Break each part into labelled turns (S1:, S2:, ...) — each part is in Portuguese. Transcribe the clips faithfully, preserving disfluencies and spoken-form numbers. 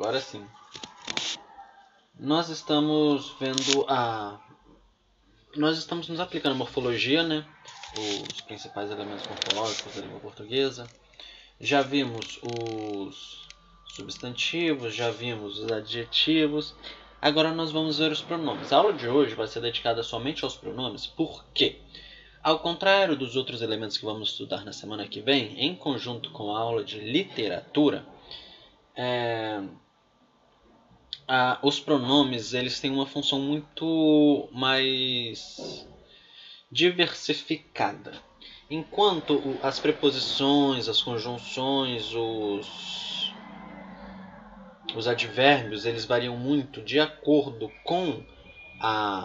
S1: agora sim. Nós estamos vendo a... Nós estamos nos aplicando a morfologia, né? Os principais elementos morfológicos da língua portuguesa. Já vimos os substantivos, já vimos os adjetivos. Agora nós vamos ver os pronomes. A aula de hoje vai ser dedicada somente aos pronomes. Por quê? Ao contrário dos outros elementos que vamos estudar na semana que vem, em conjunto com a aula de literatura, é... ah, os pronomes eles têm uma função muito mais diversificada. Enquanto as preposições, as conjunções, os, os advérbios, eles variam muito de acordo com a...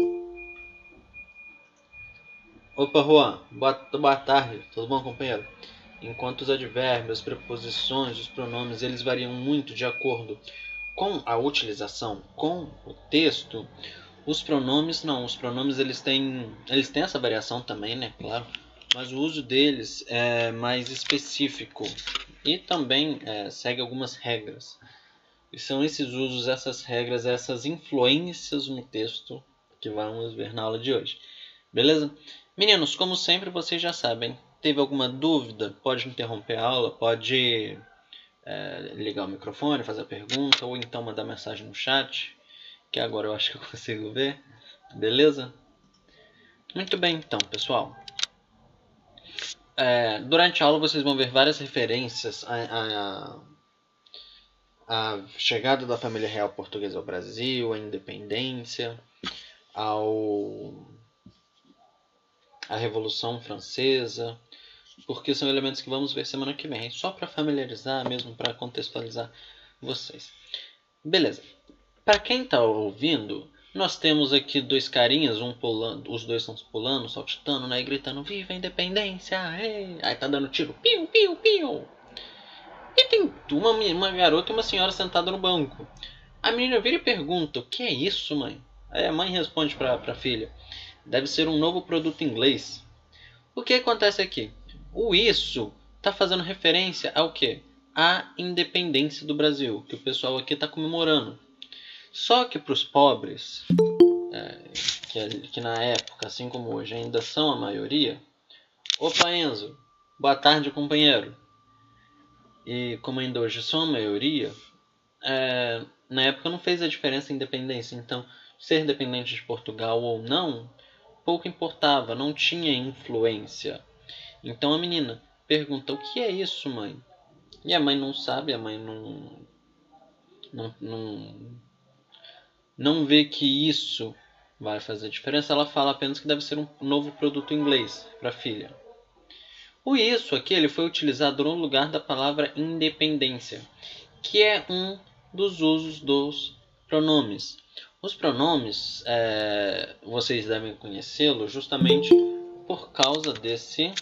S1: Opa, Juan, boa, boa tarde, tudo bom, companheiro? Enquanto os advérbios, as preposições, os pronomes, eles variam muito de acordo com a utilização, com o texto, os pronomes não. Os pronomes eles têm, eles têm essa variação também, né? Claro. Mas o uso deles é mais específico e também é, segue algumas regras. E são esses usos, essas regras, essas influências no texto que vamos ver na aula de hoje. Beleza? Meninos, como sempre, vocês já sabem. Teve alguma dúvida? Pode interromper a aula, pode é, ligar o microfone, fazer a pergunta, ou então mandar mensagem no chat, que agora eu acho que eu consigo ver. Beleza? Muito bem, então, pessoal. É, durante a aula vocês vão ver várias referências à, à, à chegada da família real portuguesa ao Brasil, à independência, ao, à Revolução Francesa, porque são elementos que vamos ver semana que vem, só para familiarizar mesmo, para contextualizar vocês. Beleza. Para quem está ouvindo, nós temos aqui dois carinhas, um pulando, os dois estão pulando, saltitando, né, e gritando viva a independência, hey! Aí tá dando tiro, piu, piu, piu. E tem uma, uma garota e uma senhora sentada no banco. A menina vira e pergunta, o que é isso, mãe? Aí a mãe responde para a filha, deve ser um novo produto inglês. O que acontece aqui? O isso está fazendo referência ao quê? À independência do Brasil, que o pessoal aqui está comemorando. Só que para os pobres, é, que, que na época, assim como hoje, ainda são a maioria... Opa, Enzo! Boa tarde, companheiro! E como ainda hoje são a maioria, é, na época não fez a diferença a independência. Então, ser dependente de Portugal ou não, pouco importava, não tinha influência. Então a menina pergunta, o que é isso, mãe? E a mãe não sabe, a mãe não... não, não não vê que isso vai fazer diferença, ela fala apenas que deve ser um novo produto inglês para a filha. O isso aqui ele foi utilizado no lugar da palavra independência, que é um dos usos dos pronomes. Os pronomes, é, vocês devem conhecê-lo justamente por causa desse...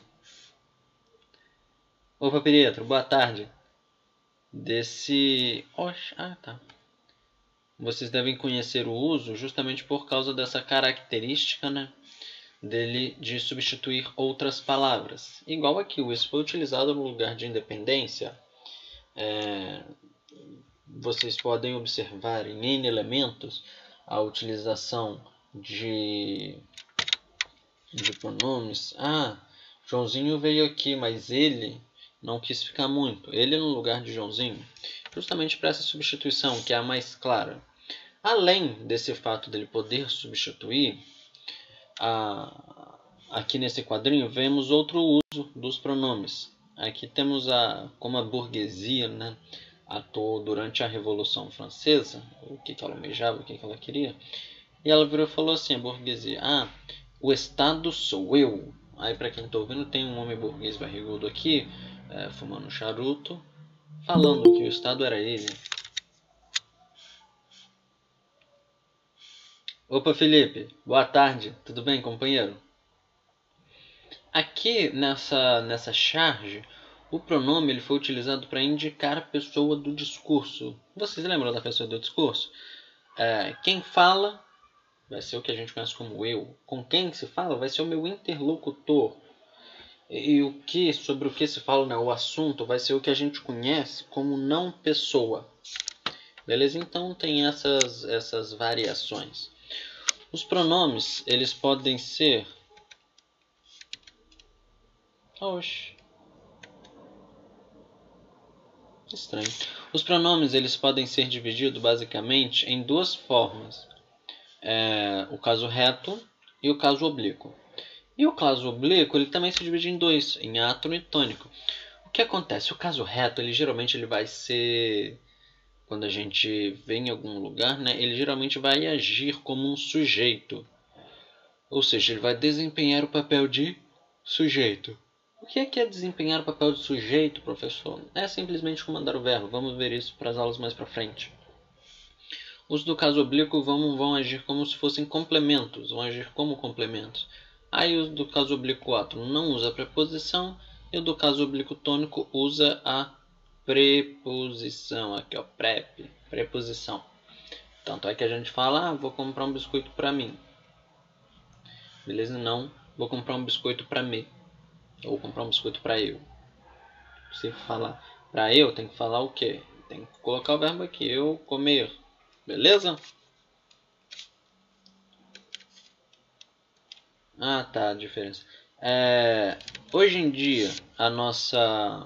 S1: Opa, Pietro, boa tarde. Desse... Oxe, ah, tá. Vocês devem conhecer o uso justamente por causa dessa característica, né, dele de substituir outras palavras. Igual aqui, o isso foi utilizado no lugar de independência. É, vocês podem observar em N elementos a utilização de, de pronomes. Ah, Joãozinho veio aqui, mas ele não quis ficar muito. Ele no lugar de Joãozinho. Justamente para essa substituição, que é a mais clara. Além desse fato dele poder substituir, a, aqui nesse quadrinho vemos outro uso dos pronomes. Aqui temos a, como a burguesia, né, atuou durante a Revolução Francesa, o que, que ela almejava, o que, que ela queria. E ela virou e falou assim, a burguesia, ah, o Estado sou eu. Aí para quem está ouvindo, tem um homem burguês barrigudo aqui, é, fumando um charuto, falando que o Estado era ele. Opa, Felipe. Boa tarde. Tudo bem, companheiro? Aqui nessa, nessa charge, o pronome ele foi utilizado para indicar a pessoa do discurso. Vocês lembram da pessoa do discurso? É, quem fala vai ser o que a gente conhece como eu. Com quem se fala vai ser o meu interlocutor. E, e o que, sobre o que se fala, né, o assunto, vai ser o que a gente conhece como não pessoa. Beleza? Então tem essas, essas variações. Os pronomes, eles podem ser... Oxe. Estranho. Os pronomes, eles podem ser divididos basicamente em duas formas. É, o caso reto e o caso oblíquo. E o caso oblíquo, ele também se divide em dois, em átono e tônico. O que acontece? O caso reto, ele geralmente ele vai ser... Quando a gente vê em algum lugar, né, ele geralmente vai agir como um sujeito. Ou seja, ele vai desempenhar o papel de sujeito. O que é que é desempenhar o papel de sujeito, professor? É simplesmente comandar o verbo. Vamos ver isso para as aulas mais para frente. Os do caso oblíquo vão, vão agir como se fossem complementos, vão agir como complementos. Aí o do caso oblíquo átono não usa preposição e o do caso oblíquo tônico usa a preposição. Aqui, ó, prep, preposição. Tanto é que a gente fala, ah, vou comprar um biscoito para mim. Beleza? Não, vou comprar um biscoito para mim. Ou comprar um biscoito para eu. Se falar para eu, tem que falar o quê? Tem que colocar o verbo aqui, eu comer. Beleza? Ah, tá, a diferença. É, hoje em dia, a nossa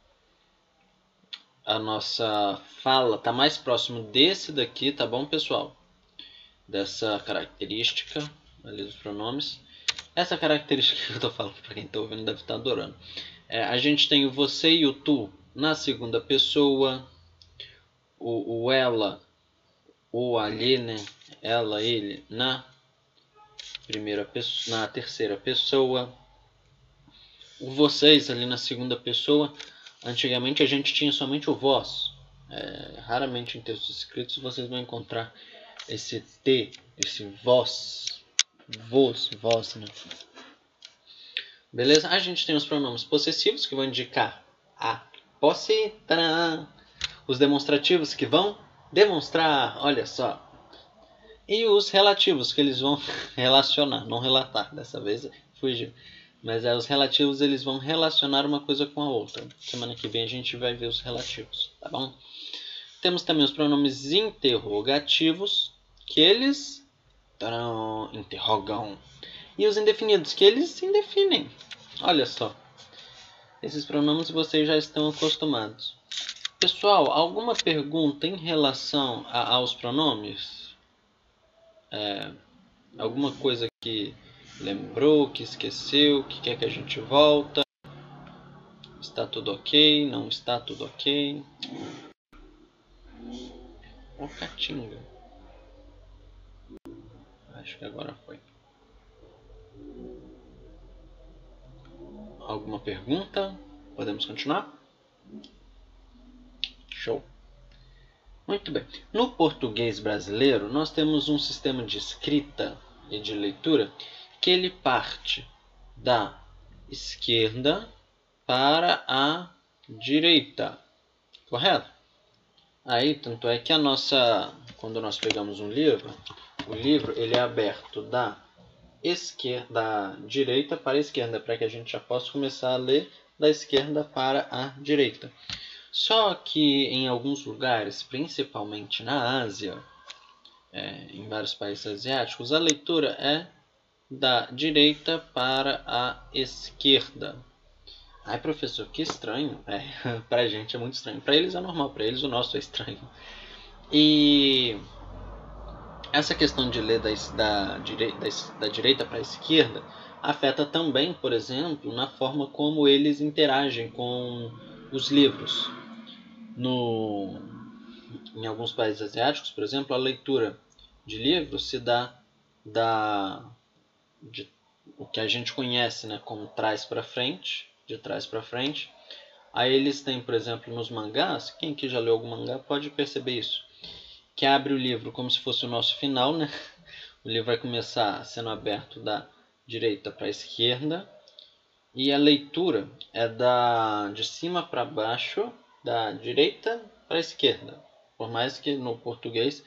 S1: a nossa fala tá mais próximo desse daqui, tá bom, pessoal? Dessa característica ali dos pronomes. Essa característica que eu tô falando, para quem tá ouvindo deve estar adorando. É, a gente tem o você e o tu na segunda pessoa, o, o ela, o ali, né? Ela, ele, na primeira pessoa, na terceira pessoa. O vocês ali na segunda pessoa, antigamente a gente tinha somente o vós. É, raramente em textos escritos vocês vão encontrar esse T, esse vós, vos, vós, né? Beleza? A gente tem os pronomes possessivos que vão indicar a posse, tcharam! Os demonstrativos que vão demonstrar, olha só. E os relativos que eles vão relacionar, não relatar, dessa vez fugiu. Mas é, os relativos eles vão relacionar uma coisa com a outra. Semana que vem a gente vai ver os relativos, tá bom? Temos também os pronomes interrogativos, que eles taram, interrogam. E os indefinidos, que eles indefinem. Olha só. Esses pronomes vocês já estão acostumados. Pessoal, alguma pergunta em relação a, aos pronomes? É, alguma coisa que lembrou, que esqueceu, que quer que a gente volta? Está tudo ok? Não está tudo ok? Ô, Catinga. Acho que agora foi. Alguma pergunta? Podemos continuar? Show. Muito bem. No português brasileiro, nós temos um sistema de escrita e de leitura que ele parte da esquerda para a direita. Correto? Aí, tanto é que a nossa, quando nós pegamos um livro, o livro ele é aberto da esquerda, da direita para a esquerda, para que a gente já possa começar a ler da esquerda para a direita. Só que em alguns lugares, principalmente na Ásia, é, em vários países asiáticos, a leitura é da direita para a esquerda. Ai, professor, que estranho. É, pra gente é muito estranho. Pra eles é normal, pra eles o nosso é estranho. E essa questão de ler da, da, direita, da, da direita para a esquerda afeta também, por exemplo, na forma como eles interagem com os livros. No, em alguns países asiáticos, por exemplo, a leitura de livros se dá da, de, o que a gente conhece, né, como trás para frente, de trás para frente. Aí eles têm, por exemplo, nos mangás, quem aqui já leu algum mangá pode perceber isso, que abre o livro como se fosse o nosso final, né? O livro vai começar sendo aberto da direita para a esquerda e a leitura é da de cima para baixo, da direita para a esquerda. Por mais que no português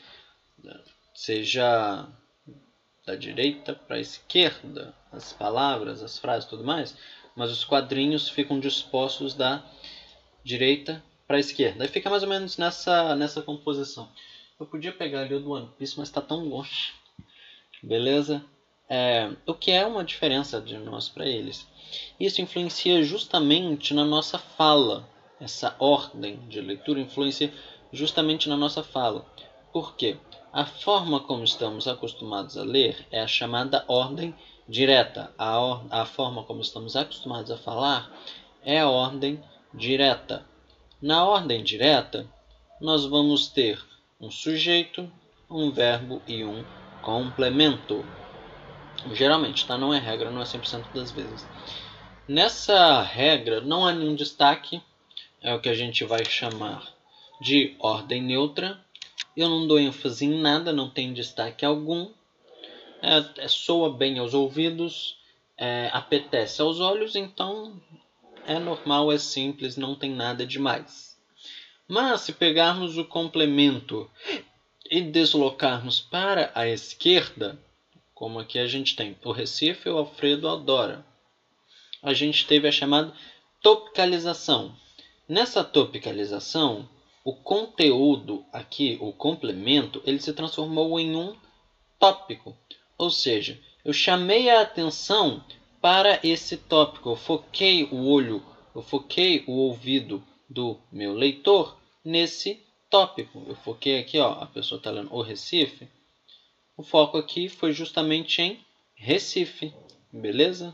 S1: seja da direita para a esquerda, as palavras, as frases e tudo mais, mas os quadrinhos ficam dispostos da direita para a esquerda. Aí fica mais ou menos nessa, nessa composição. Eu podia pegar ali o do One Piece, mas está tão longe. Beleza? É, o que é uma diferença de nós para eles. Isso influencia justamente na nossa fala. Essa ordem de leitura influencia justamente na nossa fala. Por quê? A forma como estamos acostumados a ler é a chamada ordem direta. A, or a forma como estamos acostumados a falar é a ordem direta. Na ordem direta, nós vamos ter um sujeito, um verbo e um complemento. Geralmente, tá? Não é regra, não é cem por cento das vezes. Nessa regra, não há nenhum destaque. É o que a gente vai chamar de ordem neutra. Eu não dou ênfase em nada, não tem destaque algum. É, é, soa bem aos ouvidos, é, apetece aos olhos, então é normal, é simples, não tem nada demais. Mas se pegarmos o complemento e deslocarmos para a esquerda, como aqui a gente tem o Recife, o Alfredo, a Dora, a gente teve a chamada topicalização. Nessa topicalização, o conteúdo aqui, o complemento, ele se transformou em um tópico. Ou seja, eu chamei a atenção para esse tópico. Eu foquei o olho, eu foquei o ouvido do meu leitor nesse tópico. Eu foquei aqui, ó, a pessoa está lendo o Recife. O foco aqui foi justamente em Recife. Beleza?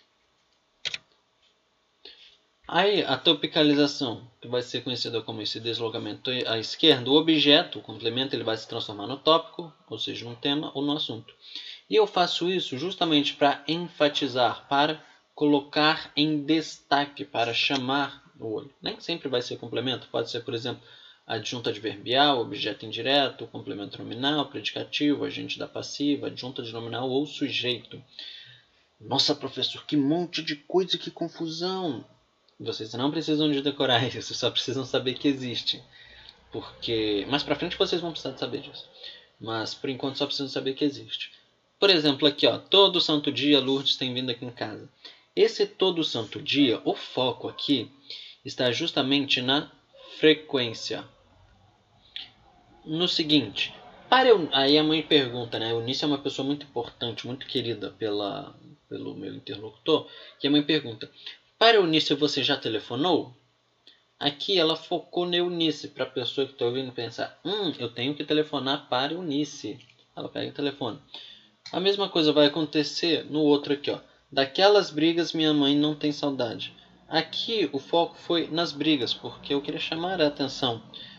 S1: Aí, a topicalização, que vai ser conhecida como esse deslocamento à esquerda, o objeto, o complemento, ele vai se transformar no tópico, ou seja, no tema ou no assunto. E eu faço isso justamente para enfatizar, para colocar em destaque, para chamar o olho. Nem sempre vai ser complemento, pode ser, por exemplo, adjunta adverbial, objeto indireto, complemento nominal, predicativo, agente da passiva, adjunta de nominal ou sujeito. Nossa, professor, que monte de coisa, que confusão! Vocês não precisam de decorar isso, só precisam saber que existe. Porque mais pra frente vocês vão precisar de saber disso. Mas por enquanto só precisam saber que existe. Por exemplo, aqui, ó, todo santo dia Lourdes tem vindo aqui em casa. Esse todo santo dia, o foco aqui está justamente na frequência. No seguinte, para eu, aí a mãe pergunta, né? A Eunice é uma pessoa muito importante, muito querida pela, pelo meu interlocutor, e a mãe pergunta: para Eunice, você já telefonou? Aqui ela focou na Eunice, para a pessoa que está ouvindo pensar: hum, eu tenho que telefonar para Eunice. Ela pega o telefone. A mesma coisa vai acontecer no outro aqui, ó. Daquelas brigas minha mãe não tem saudade. Aqui o foco foi nas brigas, porque eu queria chamar a atenção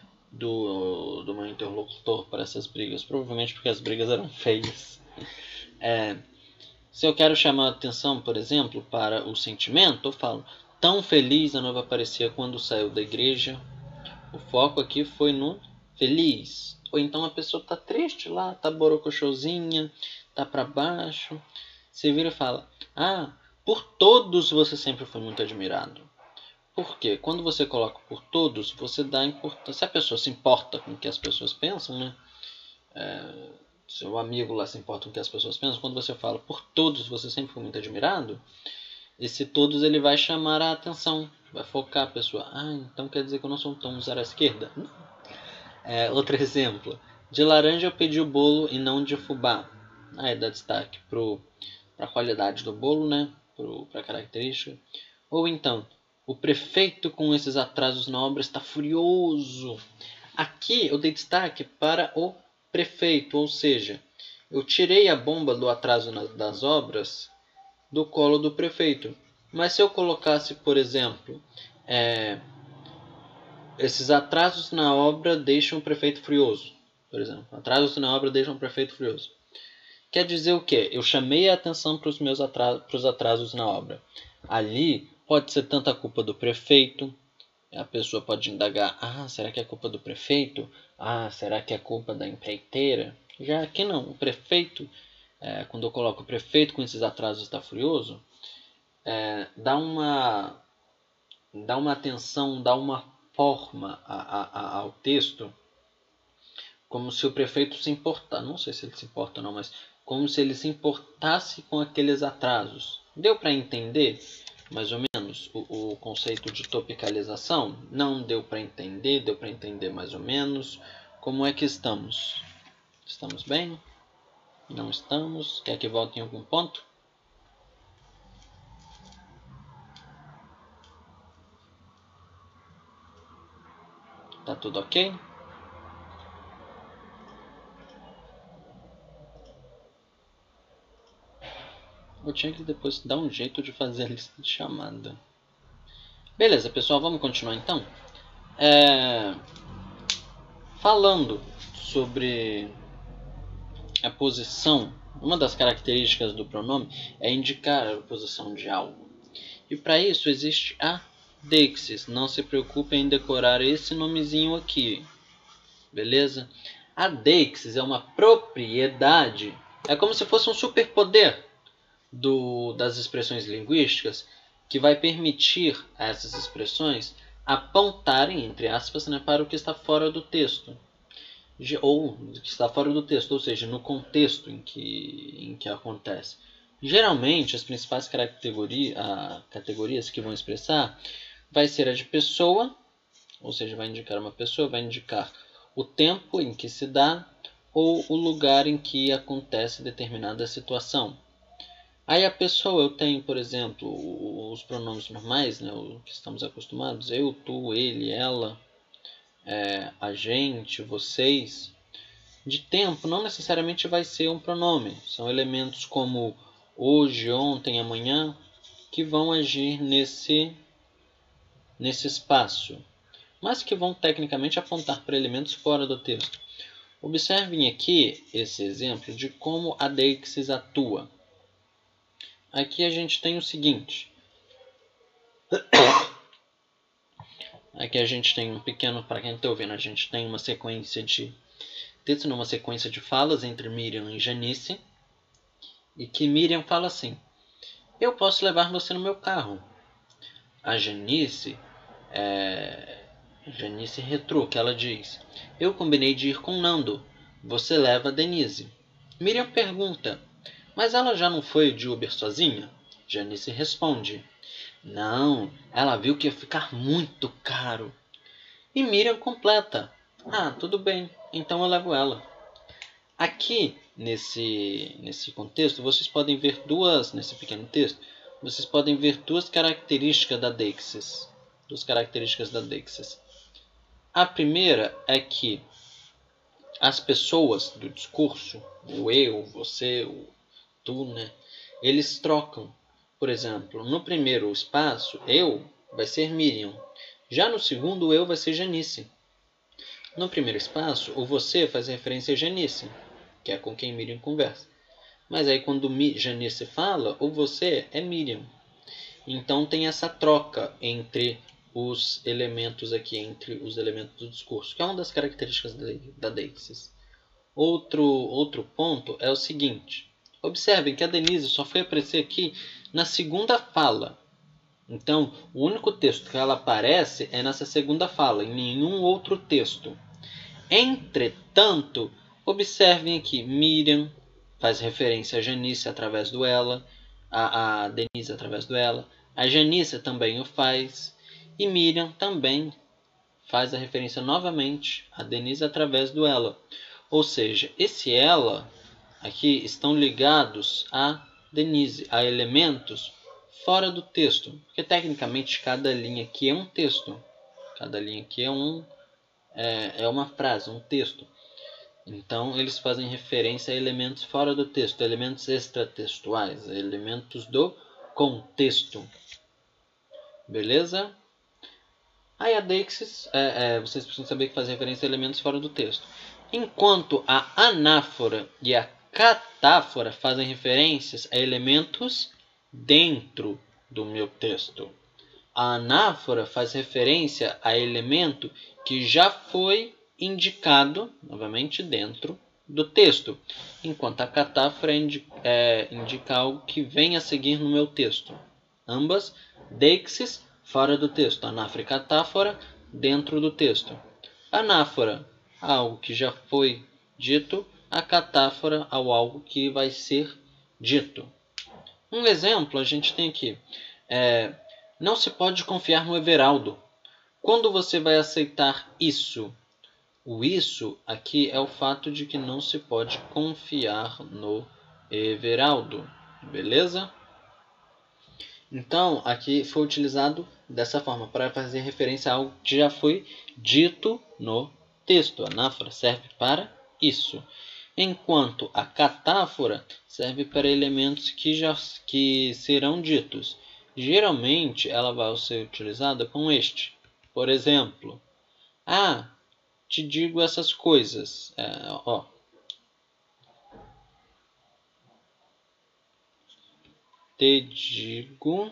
S1: do, do meu interlocutor para essas brigas. Provavelmente porque as brigas eram feias. É... Se eu quero chamar a atenção, por exemplo, para o sentimento, eu falo: tão feliz a noiva parecia quando saiu da igreja. O foco aqui foi no feliz. Ou então a pessoa está triste lá, está borocochosinha, está para baixo. Você vira e fala: ah, por todos você sempre foi muito admirado. Por quê? Quando você coloca por todos, você dá importância. Se a pessoa se importa com o que as pessoas pensam, né? É... seu amigo lá se importa com o que as pessoas pensam, quando você fala por todos você sempre foi muito admirado, esse todos ele vai chamar a atenção, vai focar a pessoa. Ah, então quer dizer que eu não sou tão usar à esquerda? É, outro exemplo, de laranja eu pedi o bolo e não de fubá. Aí dá destaque para a qualidade do bolo, né? Para a característica. Ou então, o prefeito com esses atrasos na obra está furioso. Aqui eu dei destaque para o prefeito, ou seja, eu tirei a bomba do atraso das obras do colo do prefeito. Mas se eu colocasse, por exemplo, é, esses atrasos na obra deixam o prefeito furioso, por exemplo, atrasos na obra deixam o prefeito furioso. Quer dizer o quê? Eu chamei a atenção para os meus atrasos, para os atrasos na obra. Ali pode ser tanto a culpa do prefeito. A pessoa pode indagar: ah, será que é culpa do prefeito? Ah, será que é culpa da empreiteira? Já aqui não, o prefeito, é, quando eu coloco o prefeito com esses atrasos está furioso, é, dá, uma, dá uma atenção, dá uma forma a, a, a, ao texto, como se o prefeito se importasse, não sei se ele se importa ou não, mas como se ele se importasse com aqueles atrasos. Deu para entender? Mais ou menos. menos o, o conceito de topicalização? Não deu para entender? Deu para entender mais ou menos? Como é que estamos? Estamos bem? Não estamos? Quer que volte em algum ponto? Tá tudo ok? Eu tinha que depois dar um jeito de fazer a lista de chamada. Beleza, pessoal, vamos continuar então? É... Falando sobre a posição, uma das características do pronome é indicar a posição de algo. E para isso existe a deixis. Não se preocupe em decorar esse nomezinho aqui. Beleza? A deixis é uma propriedade. É como se fosse um superpoder do, das expressões linguísticas que vai permitir a essas expressões apontarem, entre aspas, né, para o que está fora do texto. Ou que está fora do texto, ou seja, no contexto em que, em que acontece. Geralmente, as principais categoria, a, categorias que vão expressar vai ser a de pessoa, ou seja, vai indicar uma pessoa, vai indicar o tempo em que se dá ou o lugar em que acontece determinada situação. Aí a pessoa, eu tenho, por exemplo, os pronomes normais, né, o que estamos acostumados, eu, tu, ele, ela, é, a gente, vocês. De tempo não necessariamente vai ser um pronome, são elementos como hoje, ontem, amanhã, que vão agir nesse, nesse espaço, mas que vão tecnicamente apontar para elementos fora do texto. Observem aqui esse exemplo de como a deixis atua. Aqui a gente tem o seguinte. Aqui a gente tem um pequeno, para quem está ouvindo, a gente tem uma sequência de texto, uma sequência de falas entre Miriam e Janice. E que Miriam fala assim: eu posso levar você no meu carro. A Janice, é... Janice retruca, ela diz: eu combinei de ir com Nando. Você leva a Denise. Miriam pergunta: mas ela já não foi de Uber sozinha? Janice responde: não, ela viu que ia ficar muito caro. E Miriam completa: ah, tudo bem, então eu levo ela. Aqui, nesse, nesse contexto, vocês podem ver duas, nesse pequeno texto, vocês podem ver duas características da deixis. Duas características da deixis. A primeira é que as pessoas do discurso, o eu, você, o tu, né, eles trocam. Por exemplo, no primeiro espaço, eu vai ser Miriam. Já no segundo, eu vai ser Janice. No primeiro espaço, o você faz referência a Janice, que é com quem Miriam conversa. Mas aí quando Janice fala, o você é Miriam. Então tem essa troca entre os elementos aqui, entre os elementos do discurso, que é uma das características da deixis. Outro, outro ponto é o seguinte. Observem que a Denise só foi aparecer aqui na segunda fala. Então, o único texto que ela aparece é nessa segunda fala, em nenhum outro texto. Entretanto, observem aqui, Miriam faz referência a Janice através do ela, a, a Denise através do ela, a Janice também o faz, e Miriam também faz a referência novamente a Denise através do ela. Ou seja, esse ela aqui estão ligados a Denise, a elementos fora do texto, porque tecnicamente cada linha aqui é um texto, cada linha aqui é, um, é, é uma frase, um texto. Então eles fazem referência a elementos fora do texto, elementos extratextuais, elementos do contexto. Beleza? Aí a deixis, é, é, vocês precisam saber que faz referência a elementos fora do texto. Enquanto a anáfora e a catáfora fazem referências a elementos dentro do meu texto. A anáfora faz referência a elemento que já foi indicado, novamente, dentro do texto, enquanto a catáfora é, indica algo que vem a seguir no meu texto. Ambas, deixis, fora do texto. Anáfora e catáfora, dentro do texto. Anáfora, algo que já foi dito. A catáfora, ao algo que vai ser dito. Um exemplo a gente tem aqui. É, Não se pode confiar no Everaldo. Quando você vai aceitar isso? O isso aqui é o fato de que não se pode confiar no Everaldo. Beleza? Então, aqui foi utilizado dessa forma, para fazer referência a algo que já foi dito no texto. A anáfora serve para isso. Enquanto a catáfora serve para elementos que, já, que serão ditos. Geralmente, ela vai ser utilizada com este. Por exemplo, ah, te digo essas coisas. É, ó. Te digo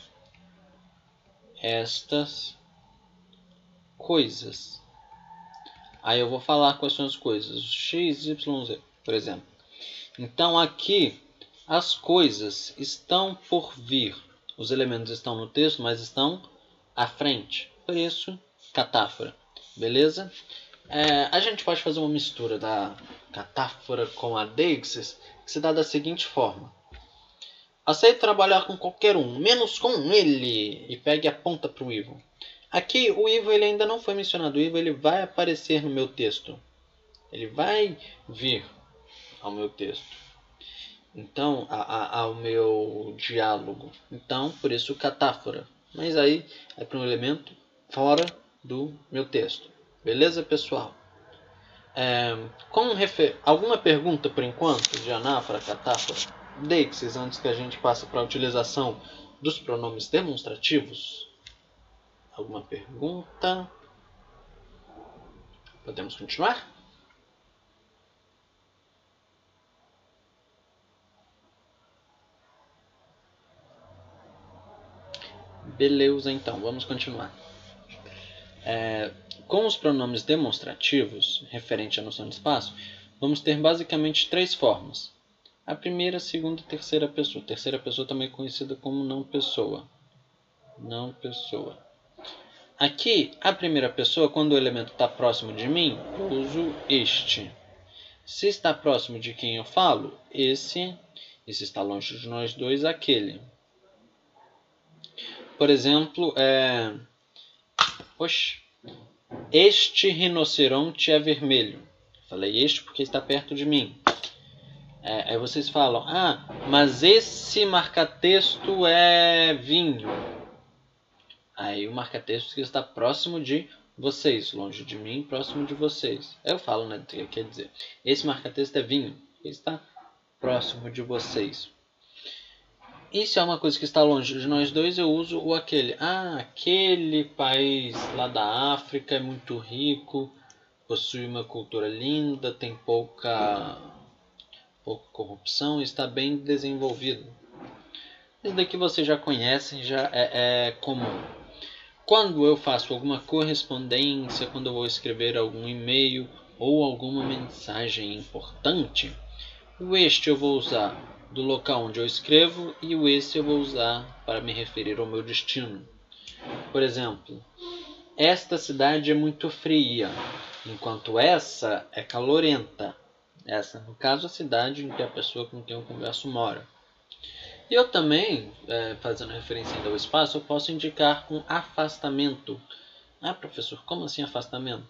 S1: estas coisas. Aí eu vou falar quais são as coisas. X, Y, Z, por exemplo. Então aqui as coisas estão por vir. Os elementos estão no texto, mas estão à frente. Por isso, catáfora. Beleza? É, a gente pode fazer uma mistura da catáfora com a deixis, que se dá da seguinte forma. Aceite trabalhar com qualquer um, menos com ele, e pegue a ponta para o Ivo. Aqui o Ivo ele ainda não foi mencionado. O Ivo ele vai aparecer no meu texto. Ele vai vir ao meu texto. Então, a, a, ao meu diálogo. Então, por isso catáfora. Mas aí é para um elemento fora do meu texto. Beleza, pessoal? É, com refer... Alguma pergunta por enquanto de anáfora, catáfora? Deixis, antes que a gente passe para a utilização dos pronomes demonstrativos. Alguma pergunta? Podemos continuar? Beleza, então, vamos continuar. É, com os pronomes demonstrativos, referente à noção de espaço, vamos ter basicamente três formas. A primeira, segunda e terceira pessoa. Terceira pessoa também conhecida como não pessoa. Não pessoa. Aqui, a primeira pessoa, quando o elemento está próximo de mim, eu uso este. Se está próximo de quem eu falo, esse. E se está longe de nós dois, aquele. Por exemplo, é... Oxe. Este rinoceronte é vermelho. Falei este porque está perto de mim. É, aí vocês falam, ah, mas esse marca-texto é vinho. Aí o marca-texto que está próximo de vocês, longe de mim, próximo de vocês. Aí eu falo, né, quer dizer, esse marca-texto é vinho, ele está próximo de vocês. E se é uma coisa que está longe de nós dois, eu uso o aquele. Ah, aquele país lá da África é muito rico, possui uma cultura linda, tem pouca, pouca corrupção e está bem desenvolvido. Isso daqui vocês já conhecem, já é, é comum. Quando eu faço alguma correspondência, quando eu vou escrever algum e-mail ou alguma mensagem importante, o este eu vou usar do local onde eu escrevo e o esse eu vou usar para me referir ao meu destino. Por exemplo, esta cidade é muito fria, enquanto essa é calorenta. Essa, no caso, a cidade em que a pessoa com quem eu converso mora. E eu também, é, fazendo referência ainda ao espaço, eu posso indicar um afastamento. Ah, professor, como assim afastamento?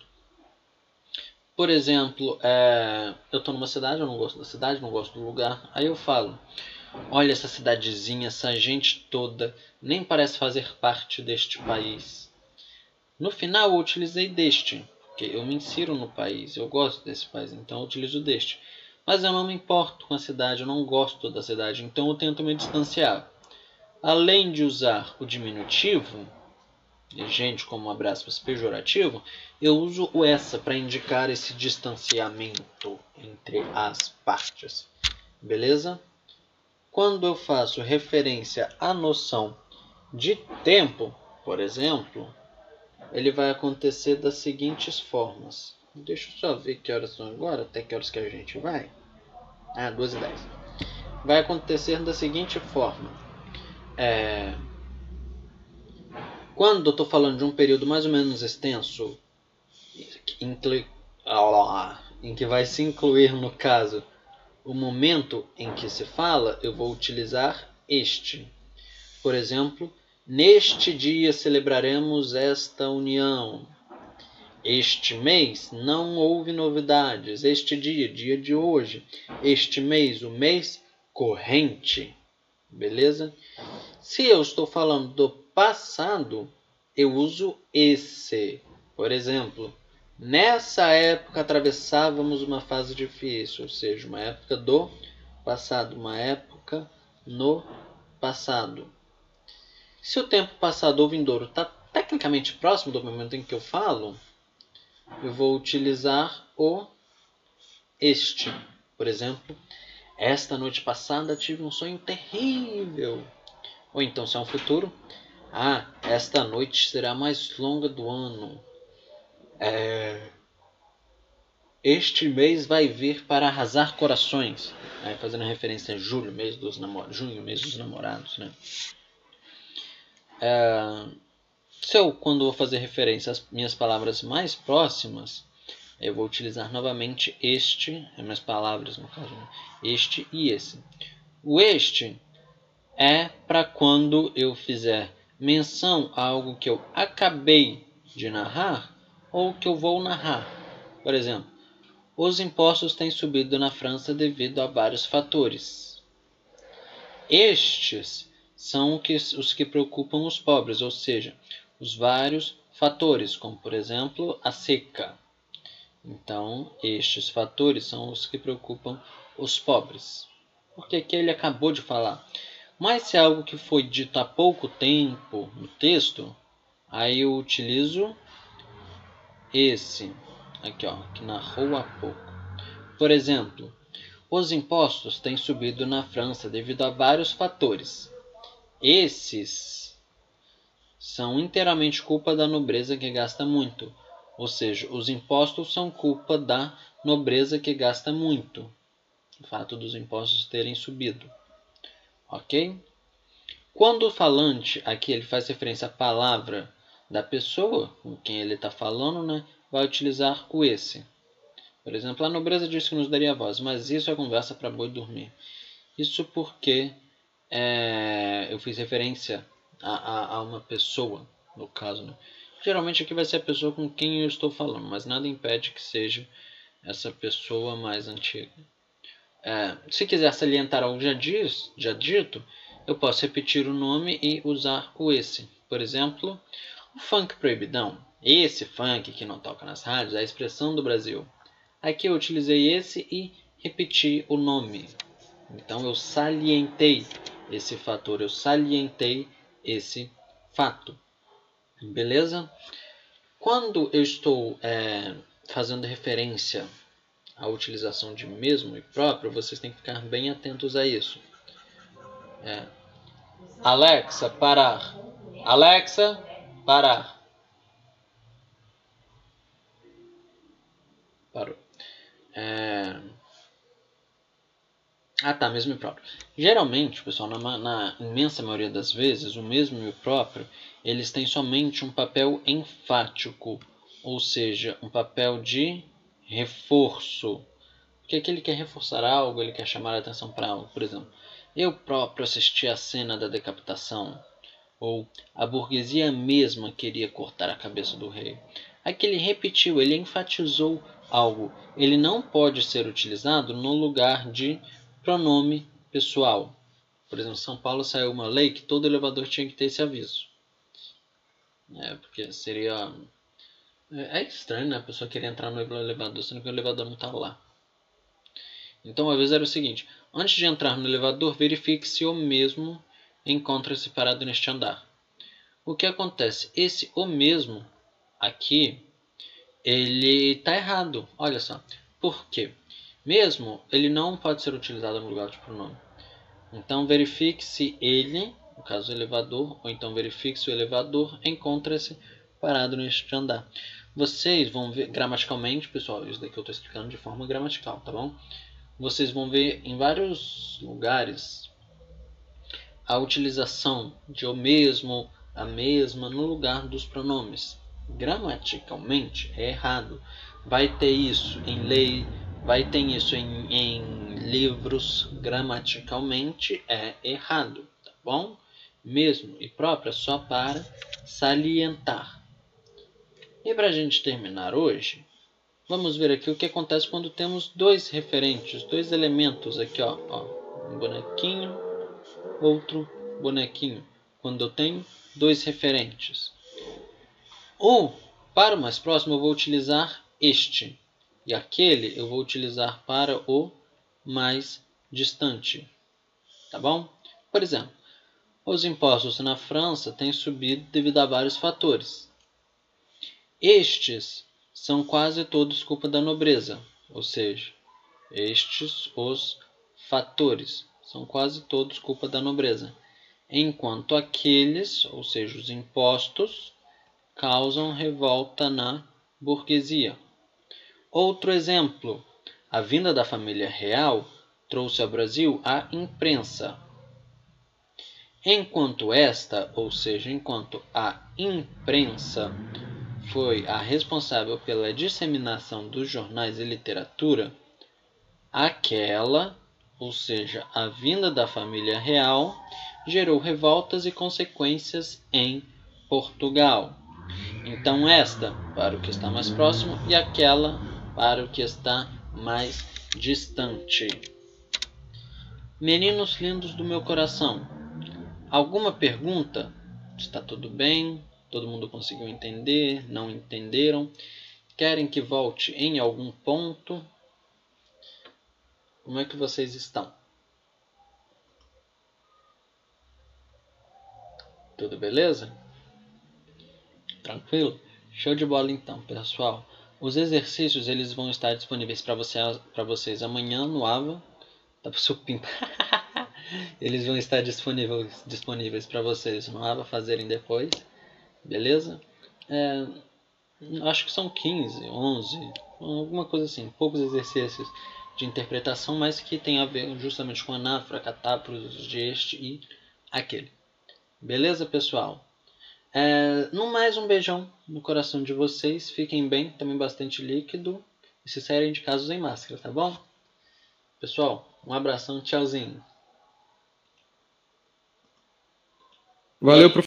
S1: Por exemplo, é, eu estou numa cidade, eu não gosto da cidade, não gosto do lugar. Aí eu falo, olha essa cidadezinha, essa gente toda, nem parece fazer parte deste país. No final eu utilizei deste, porque eu me insiro no país, eu gosto desse país, então eu utilizo deste. Mas eu não me importo com a cidade, eu não gosto da cidade, então eu tento me distanciar. Além de usar o diminutivo, gente como abre aspas pejorativo, eu uso o essa para indicar esse distanciamento entre as partes. Beleza? Quando eu faço referência à noção de tempo, por exemplo, ele vai acontecer das seguintes formas. Deixa eu só ver que horas são agora, até que horas que a gente vai. Ah, duas e dez. Vai acontecer da seguinte forma. É... Quando eu estou falando de um período mais ou menos extenso, em que vai se incluir, no caso, o momento em que se fala, eu vou utilizar este. Por exemplo, Neste dia celebraremos esta união. Este mês não houve novidades. Este dia, dia de hoje. Este mês, o mês corrente. Beleza? Se eu estou falando do passado, eu uso esse. Por exemplo, nessa época atravessávamos uma fase difícil, ou seja, uma época do passado, uma época no passado. Se o tempo passado ou vindouro está tecnicamente próximo do momento em que eu falo, eu vou utilizar o este. Por exemplo, esta noite passada tive um sonho terrível. Ou então, se é um futuro, ah, esta noite será a mais longa do ano. É... Este mês vai vir para arrasar corações. Aí, fazendo referência a julho, mês dos namorados, junho, mês dos namorados, né? É... Se eu, quando vou fazer referência às minhas palavras mais próximas, eu vou utilizar novamente este, as minhas palavras no caso, né? Este e esse. O este é para quando eu fizer menção a algo que eu acabei de narrar ou que eu vou narrar. Por exemplo, os impostos têm subido na França devido a vários fatores. Estes são os que preocupam os pobres, ou seja, os vários fatores, como por exemplo a seca. Então, estes fatores são os que preocupam os pobres. Porque aqui ele acabou de falar. Mas se é algo que foi dito há pouco tempo no texto, aí eu utilizo esse aqui, ó, que narrou há pouco. Por exemplo, os impostos têm subido na França devido a vários fatores. Esses são inteiramente culpa da nobreza que gasta muito. Ou seja, os impostos são culpa da nobreza que gasta muito. O fato dos impostos terem subido. Ok? Quando o falante, aqui ele faz referência à palavra da pessoa com quem ele está falando, né, vai utilizar o esse. Por exemplo, a nobreza disse que nos daria voz, mas isso é conversa para boi dormir. Isso porque é, eu fiz referência a, a, a uma pessoa, no caso, né? Geralmente aqui vai ser a pessoa com quem eu estou falando, mas nada impede que seja essa pessoa mais antiga. É, se quiser salientar algo já, diz, já dito, eu posso repetir o nome e usar o esse. Por exemplo, o funk proibidão. Esse funk que não toca nas rádios é a expressão do Brasil. Aqui eu utilizei esse e repeti o nome. Então eu salientei esse fator, eu salientei esse fato. Beleza? Quando eu estou é, fazendo referência à utilização de mesmo e próprio, vocês têm que ficar bem atentos a isso. É. Alexa, parar. Alexa, parar. Parou. É... Ah tá, mesmo e próprio. Geralmente, pessoal, na, na imensa maioria das vezes, o mesmo e o próprio, eles têm somente um papel enfático, ou seja, um papel de reforço. Porque aqui ele quer reforçar algo, ele quer chamar a atenção para algo. Por exemplo, eu próprio assisti à cena da decapitação. Ou a burguesia mesma queria cortar a cabeça do rei. Aqui ele repetiu, ele enfatizou algo. Ele não pode ser utilizado no lugar de pronome pessoal. Por exemplo, em São Paulo saiu uma lei que todo elevador tinha que ter esse aviso. É, porque seria... É estranho, né? A pessoa querer entrar no elevador, sendo que o elevador não está lá. Então, o aviso era o seguinte. Antes de entrar no elevador, verifique se o mesmo encontra-se parado neste andar. O que acontece? Esse o mesmo aqui, ele está errado. Olha só. Por quê? Mesmo, ele não pode ser utilizado no lugar de pronome. Então, verifique se ele, no caso o elevador, ou então verifique se o elevador encontra-se parado neste andar. Vocês vão ver gramaticalmente, pessoal, isso daqui eu estou explicando de forma gramatical, tá bom? Vocês vão ver em vários lugares a utilização de o mesmo, a mesma, no lugar dos pronomes. Gramaticalmente é errado. Vai ter isso em lei, vai ter isso em, em livros. Gramaticalmente é errado, tá bom? mesmo e própria só para salientar. E para a gente terminar hoje, vamos ver aqui o que acontece quando temos dois referentes, dois elementos aqui, ó, ó, um bonequinho, outro bonequinho. Quando eu tenho dois referentes. Ou, para o mais próximo, eu vou utilizar este. E aquele eu vou utilizar para o mais distante. Tá bom? Por exemplo, os impostos na França têm subido devido a vários fatores. Estes são quase todos culpa da nobreza, ou seja, estes os fatores são quase todos culpa da nobreza, enquanto aqueles, ou seja, os impostos, causam revolta na burguesia. Outro exemplo, a vinda da família real trouxe ao Brasil a imprensa. Enquanto esta, ou seja, enquanto a imprensa foi a responsável pela disseminação dos jornais e literatura, aquela, ou seja, a vinda da família real, gerou revoltas e consequências em Portugal. Então esta para o que está mais próximo e aquela para o que está mais distante. Meninos lindos do meu coração, alguma pergunta? Está tudo bem? Todo mundo conseguiu entender? Não entenderam? Querem que volte em algum ponto? Como é que vocês estão? Tudo beleza? Tranquilo? Show de bola então, pessoal. Os exercícios eles vão estar disponíveis para você, para vocês amanhã no Ava. Tá supindo. Eles vão estar disponíveis, disponíveis para vocês no Ava fazerem depois. Beleza? É, acho que são quinze, onze, alguma coisa assim. Poucos exercícios de interpretação, mas que tem a ver justamente com anáfora, catáporos, este e aquele. Beleza, pessoal? É, no mais, um beijão no coração de vocês. Fiquem bem, tomem bastante líquido e se saírem de casa usem máscara, tá bom? Pessoal, um abração, tchauzinho.
S2: Valeu, professor.